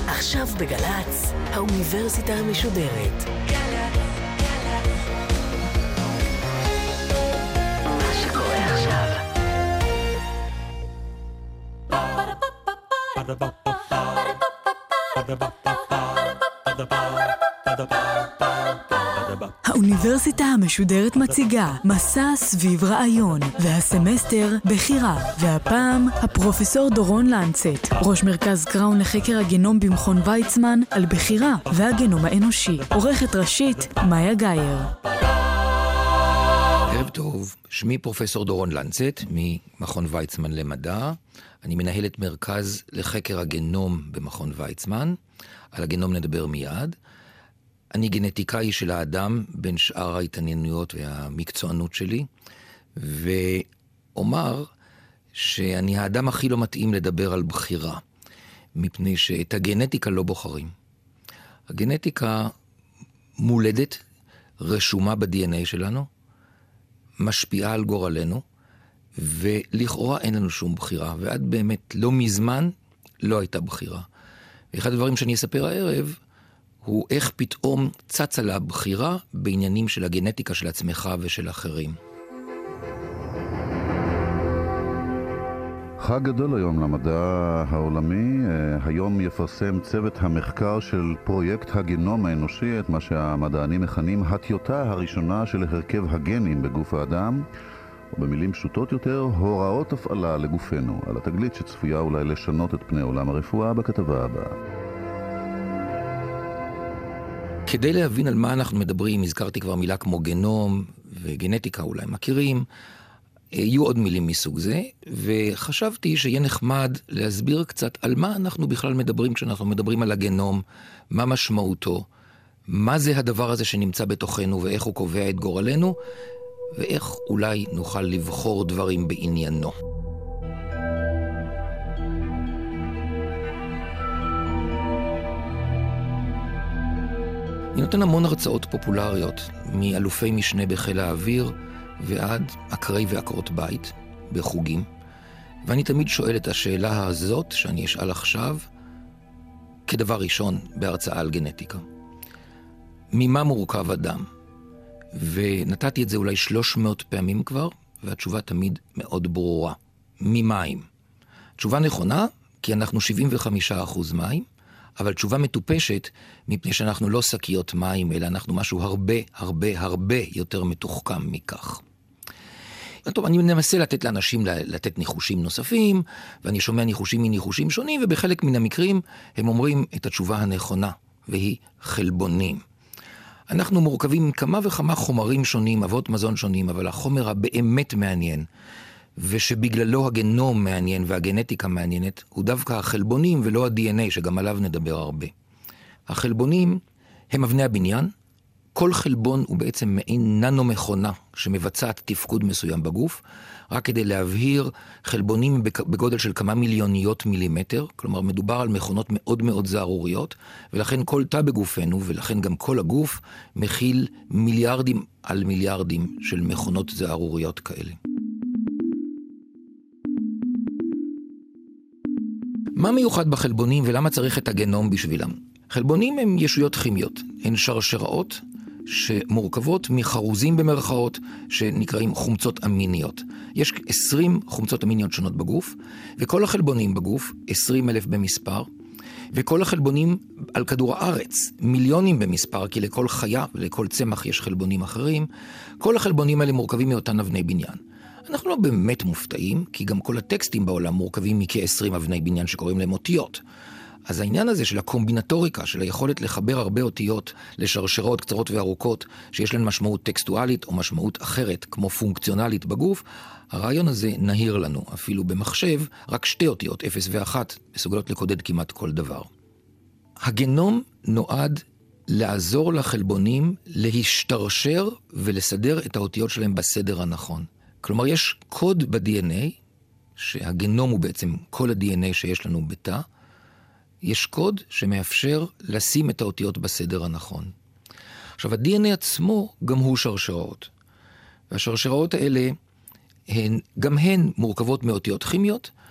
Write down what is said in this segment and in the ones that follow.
עכשיו בגלץ, האוניברסיטה המשודרת. מה שקורה עכשיו. האוניברסיטה המשודרת מציגה מסע סביב רעיון, והסמסטר בחירה, והפעם הפרופסור דורון לנצט, ראש מרכז קראון לחקר הגנום במכון ויצמן, על בחירה והגנום האנושי. עורכת ראשית מאיה גייר. ערב טוב, שמי פרופסור דורון לנצט ממכון ויצמן למדע. אני מנהל את מרכז לחקר הגנום במכון ויצמן. על הגנום נדבר מיד. אני גנטיקאי של האדם בין שאר ההתעניינויות והמקצוענות שלי, ואומר שאני האדם הכי לא מתאים לדבר על בחירה, מפני שאת הגנטיקה לא בוחרים. הגנטיקה מולדת, רשומה ב-DNA שלנו, משפיעה על גורלנו, ולכאורה אין לנו שום בחירה, ועד באמת לא מזמן לא הייתה בחירה. ואחד הדברים שאני אספר הערב, הוא איך פתאום צץ על הבחירה בעניינים של הגנטיקה של עצמך ושל אחרים. חג גדול היום למדע העולמי. היום יפרסם צוות המחקר של פרויקט הגנום האנושי את מה שהמדענים מכנים הטיוטה הראשונה של הרכב הגנים בגוף האדם, או במילים פשוטות יותר, הוראות הפעלה לגופנו, על התגלית שצפויה אולי לשנות את פני עולם הרפואה בכתבה הבאה. כדי להבין על מה אנחנו מדברים, הזכרתי כבר מילה כמו גנום וגנטיקה, אולי מכירים, יהיו עוד מילים מסוג זה, וחשבתי שיהיה נחמד להסביר קצת על מה אנחנו בכלל מדברים כשאנחנו מדברים על הגנום, מה משמעותו, מה זה הדבר הזה שנמצא בתוכנו ואיך הוא קובע את גורלנו, ואיך אולי נוכל לבחור דברים בעניינו. אני נותן המון הרצאות פופולריות, מאלופי משנה בחיל האוויר ועד עקרי ועקרות בית בחוגים, ואני תמיד שואל את השאלה הזאת שאני אשאל עכשיו, כדבר ראשון בהרצאה על גנטיקה. ממה מורכב אדם? ונתתי את זה אולי 300 פעמים כבר, והתשובה תמיד מאוד ברורה. ממים. תשובה נכונה, כי אנחנו 75% מים, אבל תשובה מטופשת, מפני שאנחנו לא שקיות מים, אלא אנחנו משהו הרבה הרבה הרבה יותר מתוחכם מכך. טוב, אני מנסה לתת לאנשים לתת ניחושים נוספים, ואני שומע ניחושים מניחושים שונים, ובחלק מן המקרים הם אומרים את התשובה הנכונה, והיא חלבונים. אנחנו מורכבים כמה וכמה חומרים שונים, אבות מזון שונים, אבל החומר הבאמת מעניין, ושבגללו הגנום מעניין והגנטיקה מעניינת, הוא דווקא החלבונים ולא ה-DNA, שגם עליו נדבר הרבה. החלבונים הם אבני הבניין. כל חלבון הוא בעצם מעין ננו-מכונה שמבצעת תפקוד מסוים בגוף. רק כדי להבהיר, חלבונים בגודל של כמה מיליוניות מילימטר, כלומר מדובר על מכונות מאוד מאוד זערוריות, ולכן כל תא בגופנו, ולכן גם כל הגוף, מכיל מיליארדים על מיליארדים של מכונות זערוריות כאלה. מה מיוחד בחלבונים ולמה צריך את הגנום בשבילם? חלבונים הם ישויות כימיות, הן שרשראות שמורכבות מחרוזים במרכאות שנקראים חומצות אמיניות. יש 20 חומצות אמיניות שונות בגוף, וכל החלבונים בגוף, 20,000 במספר, וכל החלבונים על כדור הארץ, מיליונים במספר, כי לכל חיה ולכל צמח יש חלבונים אחרים, כל החלבונים האלה מורכבים מאותן אבני בניין. אנחנו לא באמת מופתעים, כי גם כל הטקסטים בעולם מורכבים מכ-20 אבני בניין שקוראים להם אותיות. אז העניין הזה של הקומבינטוריקה, של היכולת לחבר הרבה אותיות לשרשרות קצרות וארוכות, שיש להן משמעות טקסטואלית או משמעות אחרת, כמו פונקציונלית בגוף, הרעיון הזה נהיר לנו. אפילו במחשב, רק 2 אותיות, 0 ו-1, מסוגלות לקודד כמעט כל דבר. הגנום נועד לעזור לחלבונים להשתרשר ולסדר את האותיות שלהם בסדר הנכון. כלומר, יש קוד ב-DNA, שהגנום הוא בעצם כל ה-DNA שיש לנו בתא, יש קוד שמאפשר לשים את האותיות בסדר הנכון. עכשיו, ה-DNA עצמו גם הוא שרשראות. והשרשראות האלה, גם הן מורכבות מאותיות כימיות,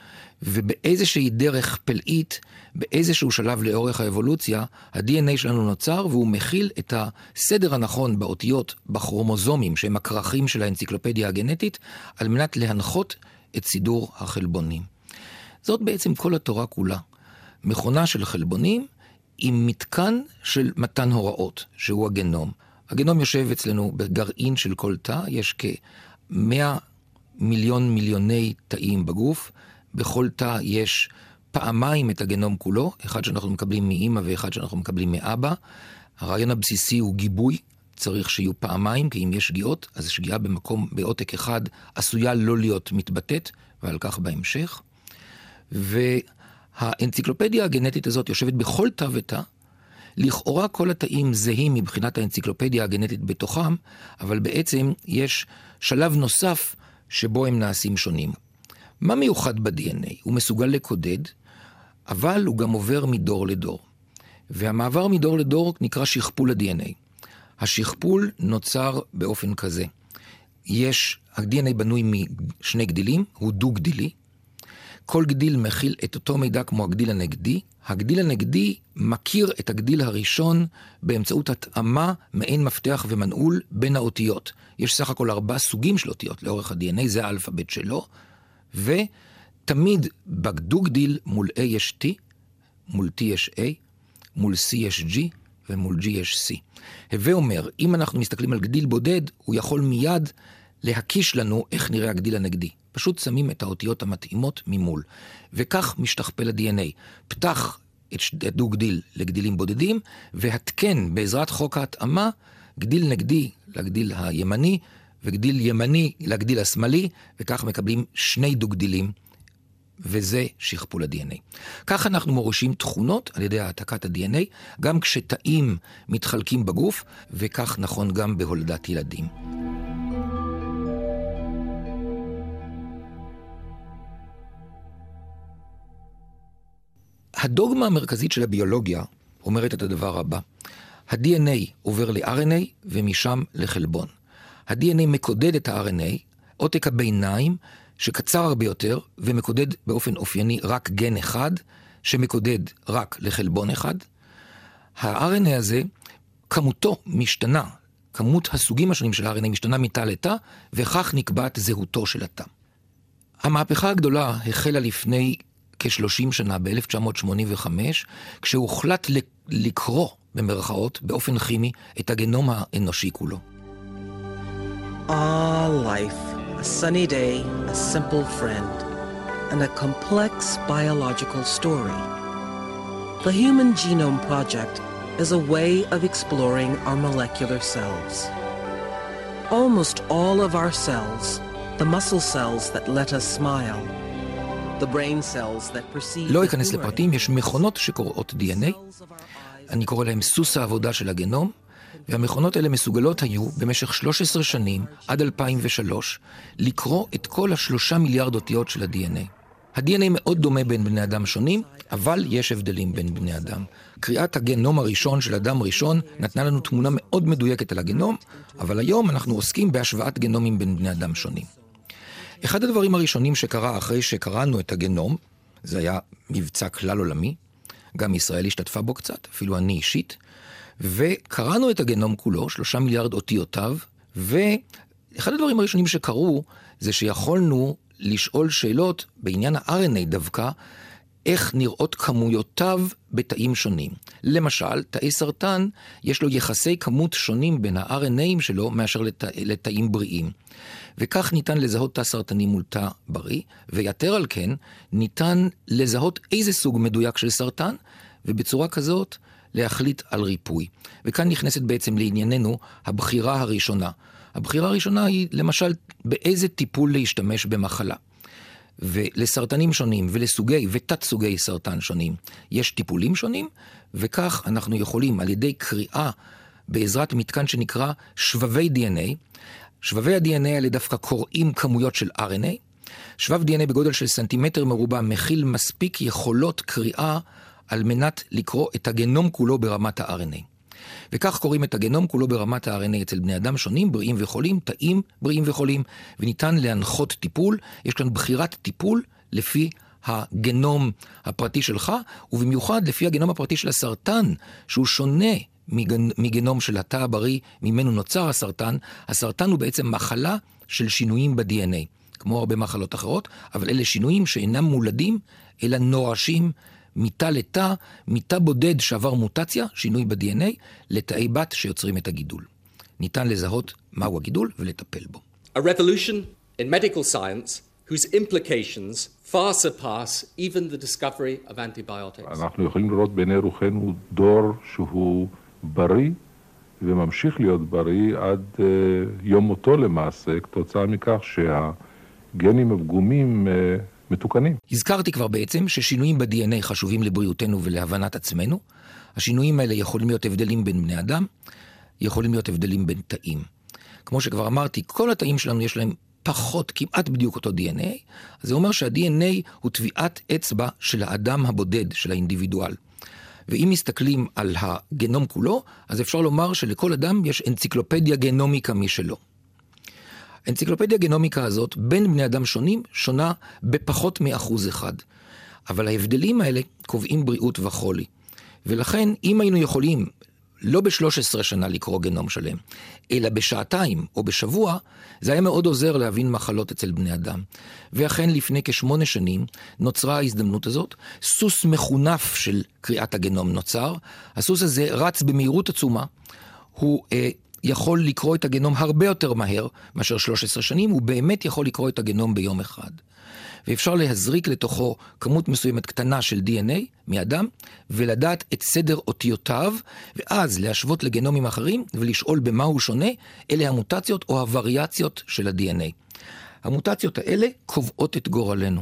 ובאיזושהי דרך פלאית, באיזשהו שלב לאורך האבולוציה, ה-DNA שלנו נוצר, והוא מכיל את הסדר הנכון באותיות, בכרומוזומים, שהם הכרכים של האנציקלופדיה הגנטית, על מנת להנחות את סידור החלבונים. זאת בעצם כל התורה כולה. מכונה של חלבונים עם מתקן של מתן הוראות, שהוא הגנום. הגנום יושב אצלנו בגרעין של כל תא, יש כ-100 מיליוני תאים בגוף, בכל תא יש פעמיים את הגנום כולו, אחד שאנחנו מקבלים מאמא ואחד שאנחנו מקבלים מאבא. הרעיון הבסיסי הוא גיבוי, צריך שיהיו פעמיים, כי אם יש שגיאות, אז שגיאה בעותק אחד עשויה לא להיות מתבטאת, ועל כך בהמשך. והאנציקלופדיה הגנטית הזאת יושבת בכל תא ותא, לכאורה כל התאים זהים מבחינת האנציקלופדיה הגנטית בתוכם, אבל בעצם יש שלב נוסף שבו הם נעשים שונים. מה מיוחד ב-DNA? הוא מסוגל לקודד, אבל הוא גם עובר מדור לדור. והמעבר מדור לדור נקרא שכפול ה-DNA. השכפול נוצר באופן כזה. ה-DNA בנוי משני גדילים, הוא דו-גדילי. כל גדיל מכיל את אותו מידע כמו הגדיל הנגדי. הגדיל הנגדי מכיר את הגדיל הראשון באמצעות התאמה מעין מפתח ומנעול בין האותיות. יש סך הכל 4 סוגים של אותיות לאורך ה-DNA, זה האלפבית שלו. ותמיד בדו-גדיל מול A יש T, מול T יש A, מול C יש G ומול G יש C. הווה אומר, אם אנחנו מסתכלים על גדיל בודד, הוא יכול מיד להקיש לנו איך נראה הגדיל הנגדי. פשוט שמים את האותיות המתאימות ממול. וכך משתכפל ה-DNA. פתח את דו-גדיל לגדילים בודדים, והתקן בעזרת חוק ההתאמה, גדיל נגדי לגדיל הימני, וגדיל ימני לגדיל השמאלי, וכך מקבלים 2 דו-גדילים, וזה שכפול ה-DNA. כך אנחנו מורישים תכונות על ידי העתקת ה-DNA, גם כשתאים מתחלקים בגוף, וכך נכון גם בהולדת ילדים. הדוגמה המרכזית של הביולוגיה אומרת את הדבר הבא. ה-DNA עובר ל-RNA ומשם לחלבון. ה-DNA מקודד את ה-RNA, עותק הביניים שקצר הרבה יותר ומקודד באופן אופייני רק גן אחד, שמקודד רק לחלבון אחד. ה-RNA הזה, כמותו משתנה, כמות הסוגים השונים של ה-RNA משתנה מתא לתא, וכך נקבעת זהותו של התא. המהפכה הגדולה החלה לפני כ-30 שנה, ב-1985, כשהוחלט לקרוא במרכאות באופן כימי את הגנום האנושי כולו. Life, a sunny day, a simple friend, and a complex biological story. The Human Genome Project is a way of exploring our molecular cells. Almost all of our cells, the muscle cells that let us smile, the brain cells that perceive... לא אכנס לפרטים, יש מכונות שקוראות DNA, אני קורא להם סוס העבודה של הגנום, והמכונות האלה מסוגלות היו במשך 13 שנים, עד 2003, לקרוא את כל 3 מיליארד אותיות של ה-DNA. ה-DNA מאוד דומה בין בני אדם שונים, אבל יש הבדלים בין בני אדם. קריאת הגנום הראשון של אדם ראשון נתנה לנו תמונה מאוד מדויקת על הגנום, אבל היום אנחנו עוסקים בהשוואת גנומים בין בני אדם שונים. אחד הדברים הראשונים שקרה אחרי שקראנו את הגנום, זה היה מבצע כלל עולמי, גם ישראל השתתפה בו קצת, אפילו אני אישית, וקראנו את הגנום כולו, 3 מיליארד אותיותיו, ואחד הדברים הראשונים שקרו, זה שיכולנו לשאול שאלות בעניין ה-RNA דווקא, איך נראות כמויותיו בתאים שונים. למשל, תאי סרטן, יש לו יחסי כמות שונים בין ה-RNAים שלו מאשר לתאים בריאים. וכך ניתן לזהות תא סרטני מול תא בריא, ויתר על כן, ניתן לזהות איזה סוג מדויק של סרטן, ובצורה כזאת להחליט על ריפוי. וכאן נכנסת בעצם לענייננו הבחירה הראשונה. הבחירה הראשונה היא למשל באיזה טיפול להשתמש במחלה. ולסרטנים שונים ולסוגי ותת סוגי סרטן שונים יש טיפולים שונים, וכך אנחנו יכולים על ידי קריאה בעזרת מתקן שנקרא שבבי DNA. שבבי ה-DNA האלה דווקא קוראים כמויות של RNA. שבב DNA בגודל של סנטימטר מרובע מכיל מספיק יכולות קריאה על מנת לקרוא את הגנום כולו ברמת ה-RNA. וכך קוראים את הגנום כולו ברמת ה-RNA אצל בני אדם שונים, בריאים וחולים, תאים בריאים וחולים, וניתן להנחות טיפול. יש כאן בחירת טיפול לפי הגנום הפרטי שלך, ובמיוחד לפי הגנום הפרטי של הסרטן, שהוא שונה מגנום של התא הבריא, ממנו נוצר הסרטן. הסרטן הוא בעצם מחלה של שינויים ב-DNA, כמו הרבה מחלות אחרות, אבל אלה שינויים שאינם מולדים, אלא נורשים מתא לתא, מתא בודד שעבר מוטציה, שינוי ב-DNA, לתאי בת שיוצרים את הגידול. ניתן לזהות מהו הגידול ולטפל בו. A revolution in medical science whose implications far surpass even the discovery of antibiotics. אנחנו יכולים לראות בעיני רוחנו דור שהוא בריא וממשיך להיות בריא עד יום מותו למעשה, כתוצאה מכך שהגנים הפגומים מתוקנים. הזכרתי כבר בעצם ששינויים ב-DNA חשובים לבריאותנו ולהבנת עצמנו. השינויים האלה יכולים להיות הבדלים בין בני אדם, יכולים להיות הבדלים בין תאים. כמו שכבר אמרתי, כל התאים שלנו יש להם פחות, כמעט בדיוק אותו DNA, אז זה אומר שה-DNA הוא טביעת אצבע של האדם הבודד, של האינדיבידואל. ואם מסתכלים על הגנום כולו, אז אפשר לומר שלכל אדם יש אנציקלופדיה גנומיקה משלו. האנציקלופדיה גנומיקה הזאת, בין בני אדם שונים, שונה בפחות מ1%. אבל ההבדלים האלה קובעים בריאות וחולי. ולכן, אם היינו יכולים לא ב13 שנה לקרוא גנום שלם, אלא בשעתיים או בשבוע, זה היה מאוד עוזר להבין מחלות אצל בני אדם. ואכן לפני כ8 שנים נוצרה ההזדמנות הזאת, סוס מחונף של קריאת הגנום נוצר, הסוס הזה רץ במהירות עצומה, הוא יכול לקרוא את הגנום הרבה יותר מהר מאשר 13 שנים, הוא באמת יכול לקרוא את הגנום ביום אחד. ואפשר להזריק לתוכו כמות מסוימת קטנה של DNA מאדם, ולדעת את סדר אותיותיו, ואז להשוות לגנומים אחרים, ולשאול במה הוא שונה, אלה המוטציות או הווריאציות של ה-DNA. המוטציות האלה קובעות את גורלנו.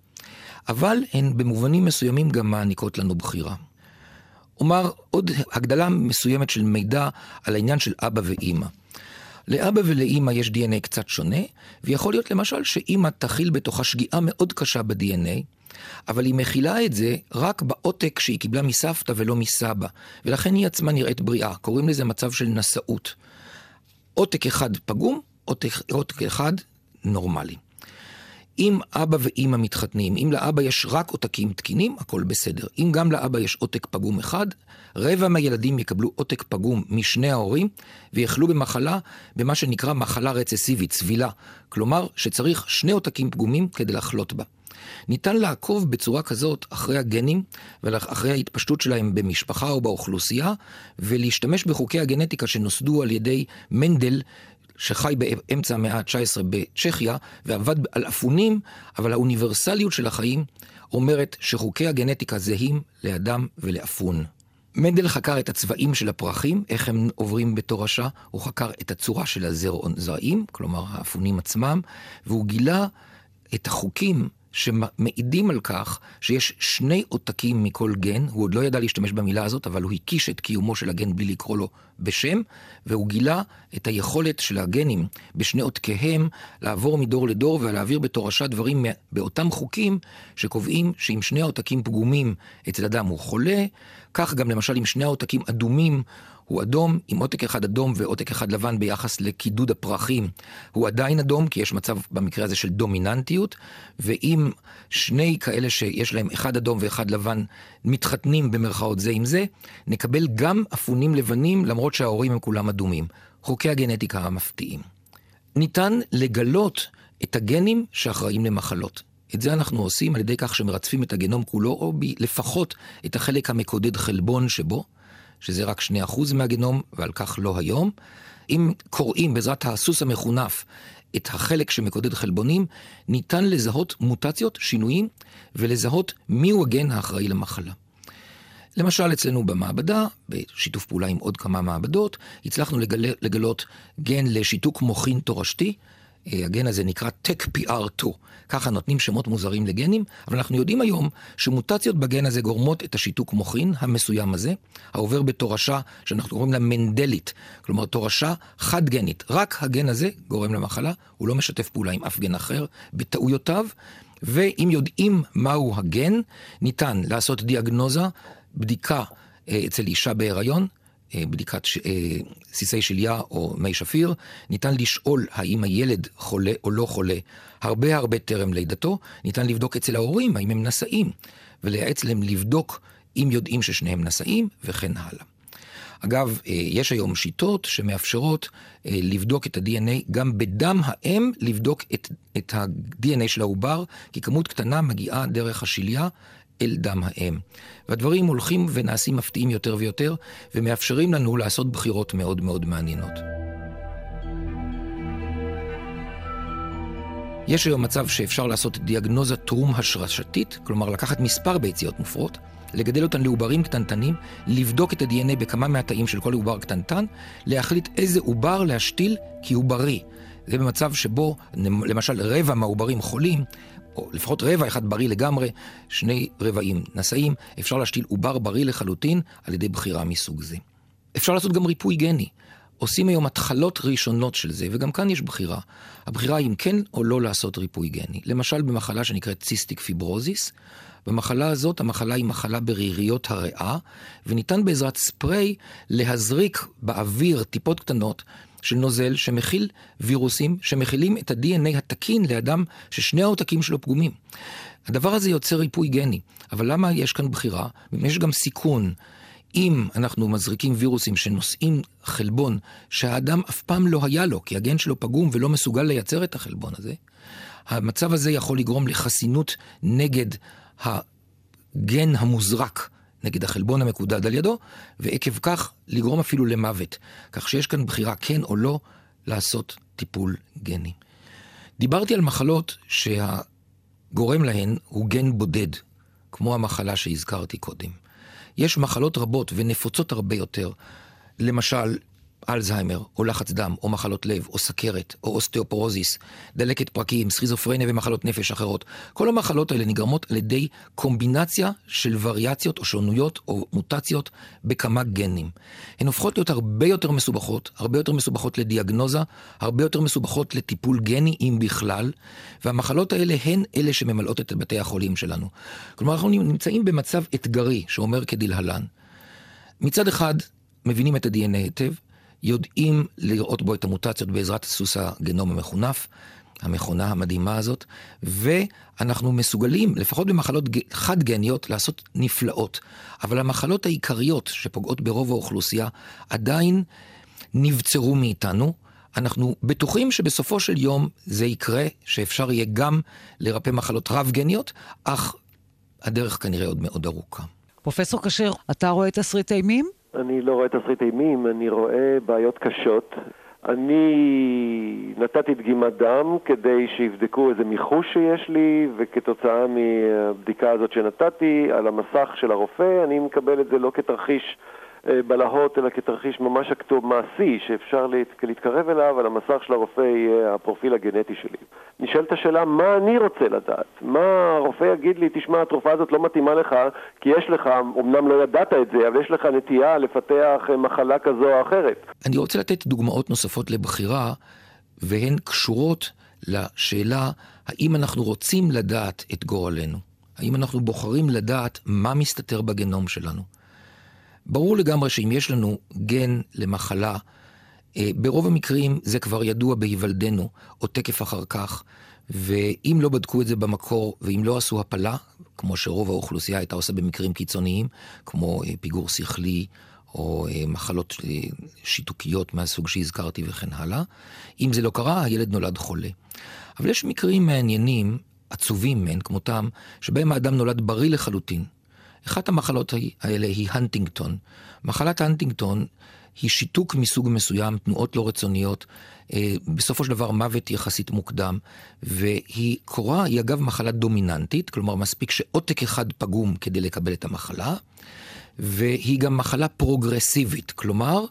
אבל הן במובנים מסוימים גם מעניקות לנו בחירה. אומר עוד הגדלה מסוימת של מידע על העניין של אבא ואמא. לאבא ולאמא יש DNA קצת שונה, ויכול להיות למשל שאמא תכיל בתוכה שגיאה מאוד קשה ב-DNA, אבל היא מכילה את זה רק בעותק שהיא קיבלה מסבתא ולא מסבא, ולכן היא עצמה נראית בריאה. קוראים לזה מצב של נשאות. עותק אחד פגום, עותק אחד נורמלי. אם אבא ואמא מתחתנים, אם לאבא יש רק עותקים תקינים, הכל בסדר. אם גם לאבא יש עותק פגום אחד, רבע מהילדים יקבלו עותק פגום משני ההורים, ויחלו במחלה, במה שנקרא מחלה רצסיבית, סבילה. כלומר, שצריך 2 עותקים פגומים כדי לחלות בה. ניתן לעקוב בצורה כזאת אחרי הגנים, ואחרי ההתפשטות שלהם במשפחה או באוכלוסייה, ולהשתמש בחוקי הגנטיקה שנוסדו על ידי מנדל, שחי באמצע המאה ה-19 בצ'כיה, ועבד על אפונים, אבל האוניברסליות של החיים אומרת שחוקי הגנטיקה זהים לאדם ולאפון. מנדל חקר את הצבעים של הפרחים, איך הם עוברים בתורשה, הוא חקר את הצורה של הזרעים, כלומר האפונים עצמם, והוא גילה את החוקים שמעידים על כך שיש 2 עותקים מכל גן, הוא עוד לא ידע להשתמש במילה הזאת, אבל הוא הקיש את קיומו של הגן בלי לקרוא לו בשם, והוא גילה את היכולת של הגנים ב2 עותקיהם לעבור מדור לדור ולהעביר בתורשה דברים באותם חוקים שקובעים שאם 2 העותקים פגומים אצל אדם הוא חולה, כך גם למשל אם 2 העותקים אדומים הוא אדום, עם עותק אחד אדום ועותק אחד לבן ביחס לקידוד הפרחים, הוא עדיין אדום, כי יש מצב במקרה הזה של דומיננטיות, ואם 2 כאלה שיש להם אחד אדום ואחד לבן מתחתנים במרכאות זה עם זה, נקבל גם אפונים לבנים, למרות שההורים הם כולם אדומים. חוקי הגנטיקה המפתיעים. ניתן לגלות את הגנים שאחראים למחלות. את זה אנחנו עושים על ידי כך שמרצפים את הגנום כולו, או לפחות את החלק המקודד חלבון שבו, שזה רק 2% מהגנום, ועל כך לא היום. אם קוראים בעזרת הסוס המחונף את החלק שמקודד חלבונים, ניתן לזהות מוטציות, שינויים, ולזהות מיהו הגן האחראי למחלה. למשל אצלנו במעבדה, בשיתוף פעולה עם עוד כמה מעבדות, הצלחנו לגלות גן לשיתוק מוחין תורשתי, הגן הזה נקרא TECPR2, ככה נותנים שמות מוזרים לגנים, אבל אנחנו יודעים היום שמוטציות בגן הזה גורמות את השיתוק מוחין המסוים הזה, העובר בתורשה שאנחנו קוראים לה מנדלית, כלומר תורשה חד גנית, רק הגן הזה גורם למחלה, הוא לא משתף פעולה עם אף גן אחר בטעויותיו, ואם יודעים מהו הגן, ניתן לעשות דיאגנוזה, בדיקה אצל אישה בהיריון, בדיקת סיסי שליה או מי שפיר, ניתן לשאול האם הילד חולה או לא חולה הרבה טרם לידתו, ניתן לבדוק אצל ההורים האם הם נשאים, ולייעץ להם לבדוק אם יודעים ששניהם נשאים וכן הלאה. אגב, יש היום שיטות שמאפשרות לבדוק את ה-DNA, גם בדם האם לבדוק את ה-DNA של העובר, כי כמות קטנה מגיעה דרך השליה אל דם האם. והדברים הולכים ונעשים מפתיעים יותר ויותר, ומאפשרים לנו לעשות בחירות מאוד מאוד מעניינות. יש היום מצב שאפשר לעשות דיאגנוזה טרום השרשתית, כלומר לקחת מספר ביציות מופרות, לגדל אותן לעוברים קטנטנים, לבדוק את ה-DNA בכמה מהתאים של כל עובר קטנטן, להחליט איזה עובר להשתיל כי הוא בריא. זה במצב שבו למשל רבע מהעוברים חולים, או לפחות רבע אחד בריא לגמרי, 2 רבעים נשאים, אפשר להשתיל עובר בריא לחלוטין על ידי בחירה מסוג זה. אפשר לעשות גם ריפוי גני. עושים היום התחלות ראשונות של זה, וגם כאן יש בחירה. הבחירה היא אם כן או לא לעשות ריפוי גני. למשל במחלה שנקראת ציסטיק פיברוזיס, במחלה הזאת, המחלה היא מחלה בריריות הריאה, וניתן בעזרת ספרי להזריק באוויר טיפות קטנות של נוזל שמכיל וירוסים שמכילים את ה-DNA התקין לאדם ששני העותקים שלו פגומים. הדבר הזה יוצר ריפוי גני, אבל למה יש כאן בחירה? יש גם סיכון. אם אנחנו מזריקים וירוסים שנושאים חלבון שהאדם אף פעם לא היה לו, כי הגן שלו פגום ולא מסוגל לייצר את החלבון הזה, המצב הזה יכול לגרום לחסינות נגד הגן המוזרק, נגד החלבון המקודד על ידו, ועקב כך לגרום אפילו למוות. כך שיש כאן בחירה כן או לא לעשות טיפול גני. דיברתי על מחלות שהגורם להן הוא גן בודד, כמו המחלה שהזכרתי קודם. יש מחלות רבות ונפוצות הרבה יותר, למשל אלצהיימר, או לחץ דם, או מחלות לב, או סכרת, או אוסטאופורוזיס, דלקת פרקים, סכיזופרניה ומחלות נפש אחרות. כל המחלות האלה נגרמות על ידי קומבינציה של וריאציות או שונויות או מוטציות בכמה גנים. הן הופכות להיות הרבה יותר מסובכות לדיאגנוזה, הרבה יותר מסובכות לטיפול גני אם בכלל, והמחלות האלה הן אלה שממלאות את בתי החולים שלנו. כלומר, אנחנו נמצאים במצב אתגרי שאומר כדלהלן. מצד אחד, מבינים את ה-DNA היטב, יודעים לראות בו את המוטציות בעזרת סוס הגנום המחונף, המכונה המדהימה הזאת, ואנחנו מסוגלים, לפחות במחלות חד גניות, לעשות נפלאות. אבל המחלות העיקריות שפוגעות ברוב האוכלוסייה עדיין נבצרו מאיתנו. אנחנו בטוחים שבסופו של יום זה יקרה, שאפשר יהיה גם לרפא מחלות רב גניות, אך הדרך כנראה עוד מאוד ארוכה. פרופסור קשר, אתה רואה תסריט אימים? אני לא רואה תסריט אימים, אני רואה בעיות קשות. אני נתתי דגימת דם כדי שיבדקו איזה מיחוש שיש לי, וכתוצאה מהבדיקה הזאת שנתתי על המסך של הרופא, אני מקבל את זה לא כתרחיש בלהות, אלא כתרחיש ממש מעשי, שאפשר להתקרב אליו, על המסך של הרופא יהיה הפרופיל הגנטי שלי. נשאלת השאלה, מה אני רוצה לדעת? מה הרופא יגיד לי, תשמע, התרופה הזאת לא מתאימה לך, כי יש לך, אמנם לא ידעת את זה, אבל יש לך נטייה לפתח מחלה כזו או אחרת. אני רוצה לתת דוגמאות נוספות לבחירה, והן קשורות לשאלה, האם אנחנו רוצים לדעת את גורלנו? האם אנחנו בוחרים לדעת מה מסתתר בגנום שלנו? ברור לגמרי שאם יש לנו גן למחלה, ברוב המקרים זה כבר ידוע בהיוולדנו, או תקף אחר כך, ואם לא בדקו את זה במקור, ואם לא עשו הפלה, כמו שרוב האוכלוסייה הייתה עושה במקרים קיצוניים, כמו פיגור שכלי, או מחלות שיתוקיות מהסוג שהזכרתי וכן הלאה, אם זה לא קרה, הילד נולד חולה. אבל יש מקרים מעניינים, עצובים מהן כמותם, שבהם האדם נולד בריא לחלוטין. אחת המחלות האלה היא הנטינגטון. מחלת הנטינגטון היא שיתוק מסוג מסוים, תנועות לא רצוניות, בסופו של דבר מוות יחסית מוקדם, והיא קורה, היא אגב מחלה דומיננטית, כלומר מספיק שעותק אחד פגום כדי לקבל את המחלה, והיא גם מחלה פרוגרסיבית, כלומר,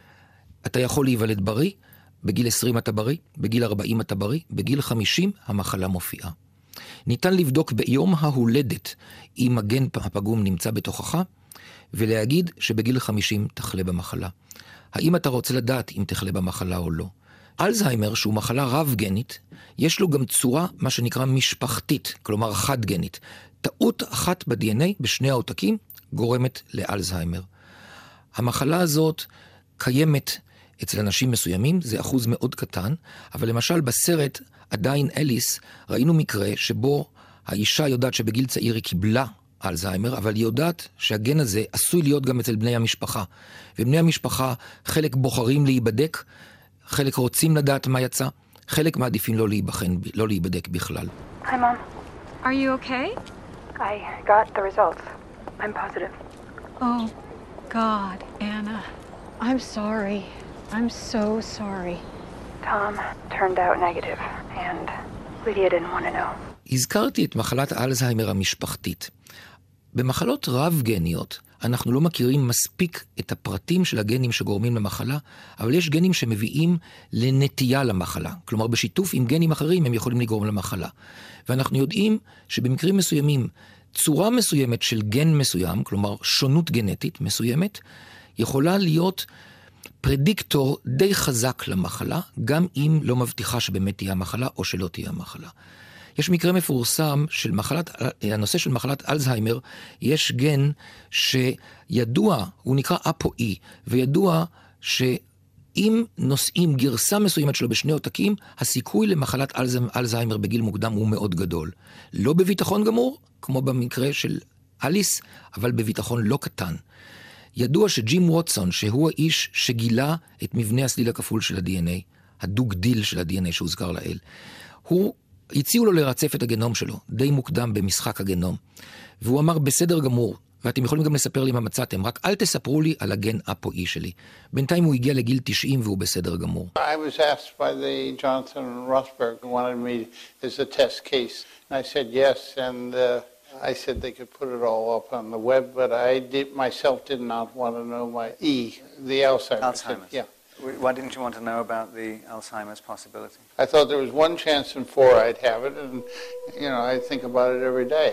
אתה יכול להיוולד בריא, בגיל 20 אתה בריא, בגיל 40 אתה בריא, בגיל 50 המחלה מופיעה. ניתן לבדוק ביום ההולדת אם הגן הפגום נמצא בתוכך, ולהגיד שבגיל 50 תחלה במחלה. האם אתה רוצה לדעת אם תחלה במחלה או לא? אלצהיימר, שהוא מחלה רב גנית, יש לו גם צורה, מה שנקרא משפחתית, כלומר חד גנית. טעות אחת ב-DNA בשני העותקים גורמת לאלצהיימר. המחלה הזאת קיימת אצל אנשים מסוימים, זה אחוז מאוד קטן, אבל למשל בסרט עדיין אליס, ראינו מקרה שבו האישה יודעת שבגיל צעיר היא קיבלה אלצהיימר, אבל היא יודעת שהגן הזה עשוי להיות גם אצל בני המשפחה. ובני המשפחה חלק בוחרים להיבדק, חלק רוצים לדעת מה יצא, חלק מעדיפים לא להיבדק בכלל. Hi, Mom. Are you okay? I got the results. I'm positive. Oh, God, Anna. I'm sorry. I'm so sorry. Tom turned out negative, and Lydia didn't want to know. הזכרתי את מחלת האלצהיימר המשפחתית. במחלות רב-גניות אנחנו לא מכירים מספיק את הפרטים של הגנים שגורמים למחלה, אבל יש גנים שמביאים לנטייה למחלה. כלומר, בשיתוף עם גנים אחרים הם יכולים לגרום למחלה. ואנחנו יודעים שבמקרים מסוימים, צורה מסוימת של גן מסוים, כלומר שונות גנטית מסוימת, יכולה להיות פרדיקטור די חזק למחלה, גם אם לא מבטיחה שבאמת תהיה המחלה או שלא תהיה המחלה. יש מקרה מפורסם של הנושא של מחלת אלצהיימר, יש גן שידוע, הוא נקרא ApoE, וידוע שאם נושאים גרסה מסוימת שלו בשני עותקים, הסיכוי למחלת אלצהיימר בגיל מוקדם הוא מאוד גדול. לא בביטחון גמור, כמו במקרה של אליס, אבל בביטחון לא קטן. ידוע שג'ים ווטסון, שהוא האיש שגילה את מבנה הסליל הכפול של ה-DNA, הדוג דיל של ה-DNA שהוזכר לאל, הציעו לו לרצף את הגנום שלו, די מוקדם במשחק הגנום. והוא אמר, בסדר גמור, ואתם יכולים גם לספר לי מה מצאתם, רק אל תספרו לי על הגן ApoE שלי. בינתיים הוא הגיע לגיל 90 והוא בסדר גמור. I was asked by the Johnson and Rosberg who wanted me as a test case. And I said yes, and I said they could put it all up on the web, but I myself did not want to know my the Alzheimer's. Yeah. Why didn't you want to know about the Alzheimer's possibility? I thought there was one chance in 4 I'd have it, and, you know, I think about it every day.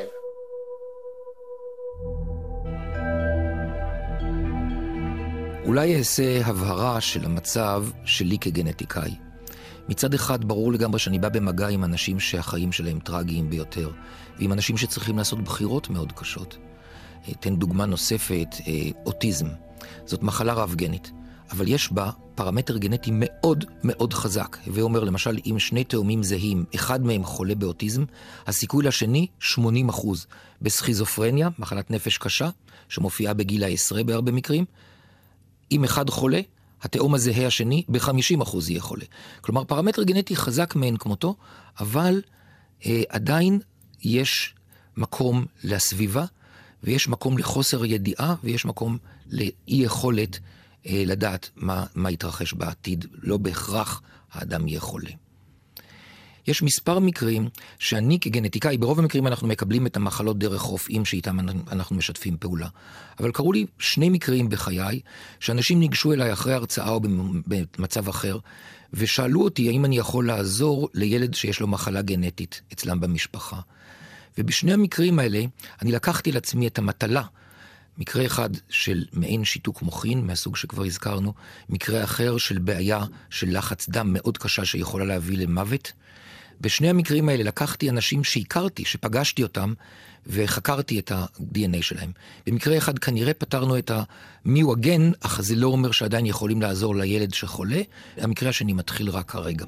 אולי אעשה הבהרה של המצב שלי כגנטיקאי. מצד אחד ברור לגמרי שאני בא במגע עם אנשים שהחיים שלהם טרגיים ביותר, ועם אנשים שצריכים לעשות בחירות מאוד קשות. אתן דוגמה נוספת, אוטיזם. זאת מחלה רב-גנית. אבל יש בה פרמטר גנטי מאוד מאוד חזק. ואומר, למשל, אם שני תאומים זהים, אחד מהם חולה באוטיזם, הסיכוי לשני 80%. בסכיזופרניה, מחלת נפש קשה, שמופיעה בגיל ה-10 בהרבה מקרים, אם אחד חולה, התאום הזהה השני ב-50% יהיה חולה. כלומר, פרמטר גנטי חזק מעין כמותו, אבל עדיין יש מקום לסביבה, ויש מקום לחוסר ידיעה, ויש מקום לאי יכולת לדעת מה יתרחש בעתיד. לא בהכרח האדם יהיה חולה. יש מספר מקרים שאני כגנטיקאי, ברוב המקרים אנחנו מקבלים את המחלות דרך רופאים שאיתם אנחנו משתפים פעולה. אבל קראו לי 2 מקרים בחיי, שאנשים ניגשו אליי אחרי הרצאה או במצב אחר, ושאלו אותי האם אני יכול לעזור לילד שיש לו מחלה גנטית אצלם במשפחה. ובשני המקרים האלה אני לקחתי לעצמי את המטלה, מקרה אחד של מעין שיתוק מוחין, מהסוג שכבר הזכרנו, מקרה אחר של בעיה של לחץ דם מאוד קשה שיכולה להביא למוות. בשני המקרים האלה לקחתי אנשים שהכרתי, שפגשתי אותם, וחקרתי את ה-DNA שלהם. במקרה אחד כנראה פתרנו את מיהו הגן, אך זה לא אומר שעדיין יכולים לעזור לילד שחולה. המקרה השני מתחיל רק הרגע.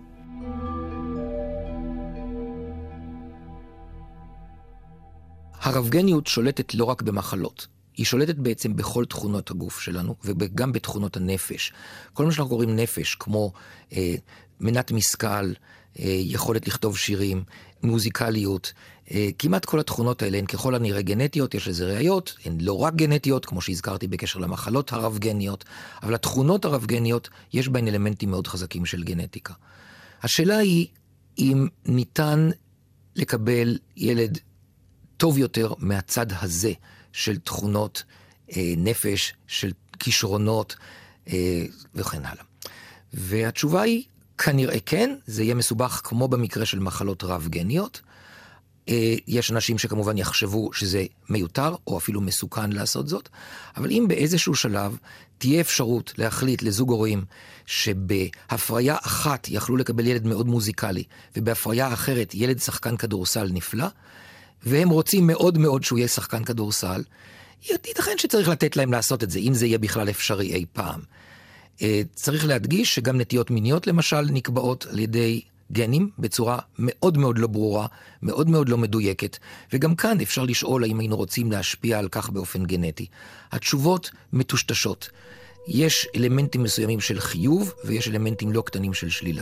הרב-גניות שולטת לא רק במחלות. היא שולטת בעצם בכל תכונות הגוף שלנו, וגם בתכונות הנפש. כל מה שאנחנו קוראים נפש, כמו מנת משכל, יכולת לכתוב שירים, מוזיקליות, כמעט כל התכונות האלה הן ככל הנראה גנטיות, יש לזה ראיות, הן לא רק גנטיות, כמו שהזכרתי בקשר למחלות הרב-גניות, אבל התכונות הרב-גניות יש בהן אלמנטים מאוד חזקים של גנטיקה. השאלה היא אם ניתן לקבל ילד טוב יותר מהצד הזה של תכונות נפש, של כישרונות וכן הלאה. והתשובה היא, כנראה כן, זה יהיה מסובך כמו במקרה של מחלות רב-גניות. יש אנשים שכמובן יחשבו שזה מיותר או אפילו מסוכן לעשות זאת, אבל אם באיזשהו שלב תהיה אפשרות להחליט לזוג הורים שבהפריה אחת יכלו לקבל ילד מאוד מוזיקלי, ובהפריה אחרת ילד שחקן כדורסל נפלא, והם רוצים מאוד מאוד שהוא יהיה שחקן כדורסל, ייתכן שצריך לתת להם לעשות את זה, אם זה יהיה בכלל אפשרי אי פעם. צריך להדגיש שגם נטיות מיניות למשל נקבעות על ידי גנים בצורה מאוד מאוד לא ברורה, מאוד מאוד לא מדויקת, וגם כאן אפשר לשאול האם היינו רוצים להשפיע על כך באופן גנטי. התשובות מטושטשות. יש אלמנטים מסוימים של חיוב, ויש אלמנטים לא קטנים של שלילה.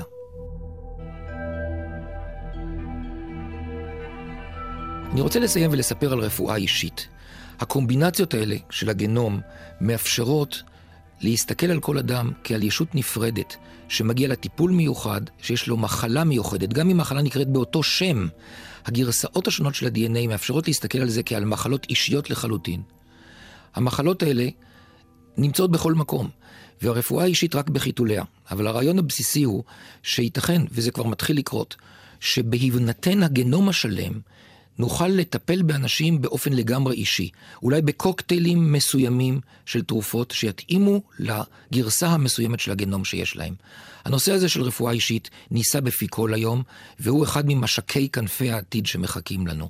אני רוצה לסיים ולספר על רפואה אישית. הקומבינציות האלה של הגנום מאפשרות להסתכל על כל אדם כעל ישות נפרדת, שמגיע לטיפול מיוחד, שיש לו מחלה מיוחדת, גם אם מחלה נקראת באותו שם. הגרסאות השונות של ה-DNA מאפשרות להסתכל על זה כעל מחלות אישיות לחלוטין. המחלות האלה נמצאות בכל מקום, והרפואה האישית רק בחיתוליה. אבל הרעיון הבסיסי הוא שייתכן, וזה כבר מתחיל לקרות, שבהבנתן הגנום השלם, נוכל לטפל באנשים באופן לגמרי אישי, אולי בקוקטיילים מסוימים של תרופות שיתאימו לגרסה המסוימת של הגנום שיש להם. הנושא הזה של רפואה אישית ניסה בפי כל היום, והוא אחד ממשקי כנפי העתיד שמחכים לנו.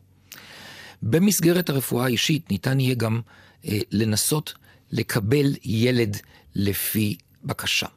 במסגרת הרפואה האישית ניתן יהיה גם לנסות לקבל ילד לפי בקשה.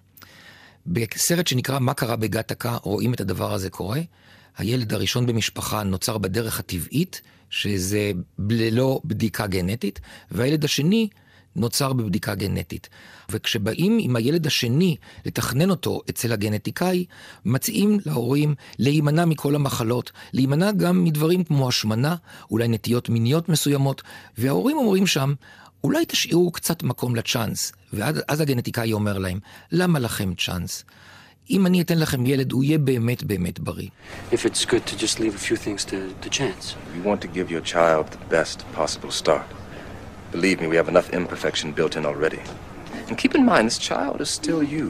בסרט שנקרא מה קרה בגטקה רואים את הדבר הזה קורה. הילד הראשון במשפחה נוצר בדרך הטבעית, שזה ללא בדיקה גנטית, והילד השני נוצר בבדיקה גנטית. וכשבאים עם הילד השני לתכנן אותו אצל הגנטיקאי, מציעים להורים להימנע מכל המחלות, להימנע גם מדברים כמו השמנה, אולי נטיות מיניות מסוימות, וההורים אומרים שם, אולי תשאירו קצת מקום לצ'אנס, ואז הגנטיקאי אומר להם, למה לכם צ'אנס? אם אני אתן לכם ילד, הוא יהיה באמת באמת בריא. If it's good to just leave a few things to chance. We want to give your child the best possible start. Believe me, we have enough imperfection built in already. And keep in mind, this child is still you.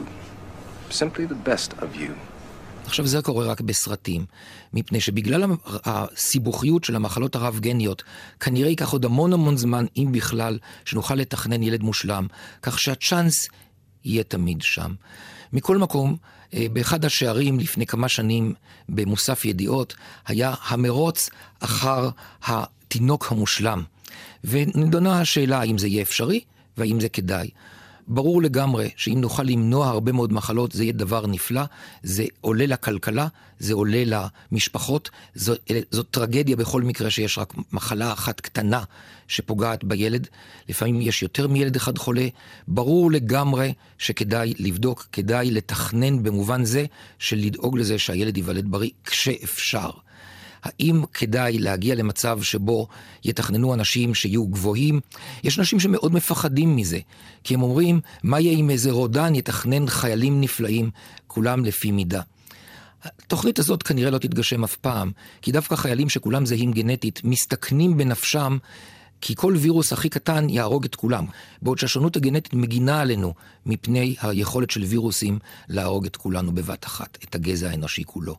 Simply the best of you. עכשיו זה קורה רק בסרטים, מפני שבגלל הסיבוכיות של המחלות הרב-גניות, כנראה ייקח עוד המון זמן, אם בכלל, שנוכל לתכנן ילד מושלם, כך שהצ'אנס יהיה תמיד שם. מכל מקום, באחד השערים לפני כמה שנים במוסף ידיעות, היה המרוץ אחר התינוק המושלם. ונדונה השאלה האם זה יהיה אפשרי, והאם זה כדאי. ברור לגמרי שאם נוכל למנוע הרבה מאוד מחלות, זה יהיה דבר נפלא, זה עולה לכלכלה, זה עולה למשפחות, זאת טרגדיה בכל מקרה שיש רק מחלה אחת קטנה שפוגעת בילד, לפעמים יש יותר מילד אחד חולה, ברור לגמרי שכדאי לבדוק, כדאי לתכנן במובן זה של לדאוג לזה שהילד ייוולד בריא כשאפשר. האם כדאי להגיע למצב שבו יתכננו אנשים שיהיו גבוהים? יש אנשים שמאוד מפחדים מזה, כי הם אומרים, מה יהיה אם איזה רודן יתכנן חיילים נפלאים, כולם לפי מידה. התוכנית הזאת כנראה לא תתגשם אף פעם, כי דווקא חיילים שכולם זהים גנטית, מסתכנים בנפשם, כי כל וירוס הכי קטן יהרוג את כולם, בעוד שהשונות הגנטית מגינה עלינו מפני היכולת של וירוסים להרוג את כולנו בבת אחת, את הגזע האנושי כולו.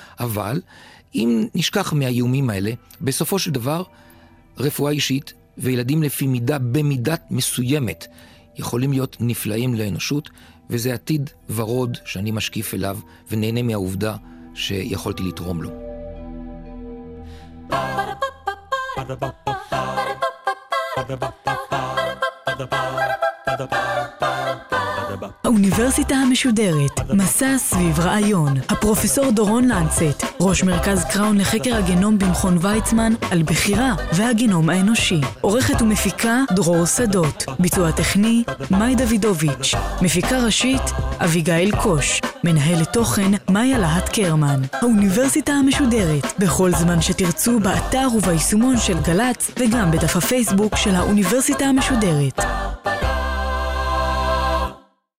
אבל אם נשכח מהאיומים האלה, בסופו של דבר, רפואה אישית וילדים לפי מידה במידת מסוימת יכולים להיות נפלאים לאנושות, וזה עתיד ורוד שאני משקיף אליו ונהנה מהעובדה שיכולתי לתרום לו. האוניברסיטה המשודרת, מסע סביב רעיון. הפרופסור דורון לנצט, ראש מרכז קראון לחקר הגנום במכון ויצמן, על בחירה והגנום האנושי. עורכת ומפיקה דרור שדות. ביצוע טכני מאי דוידוביץ'. מפיקה ראשית אביגיל קוש. מנהלת תוכן מאיה להט קרמן. האוניברסיטה המשודרת, בכל זמן שתרצו, באתר וביישומון של גל"צ וגם בדף הפייסבוק של האוניברסיטה המשודרת.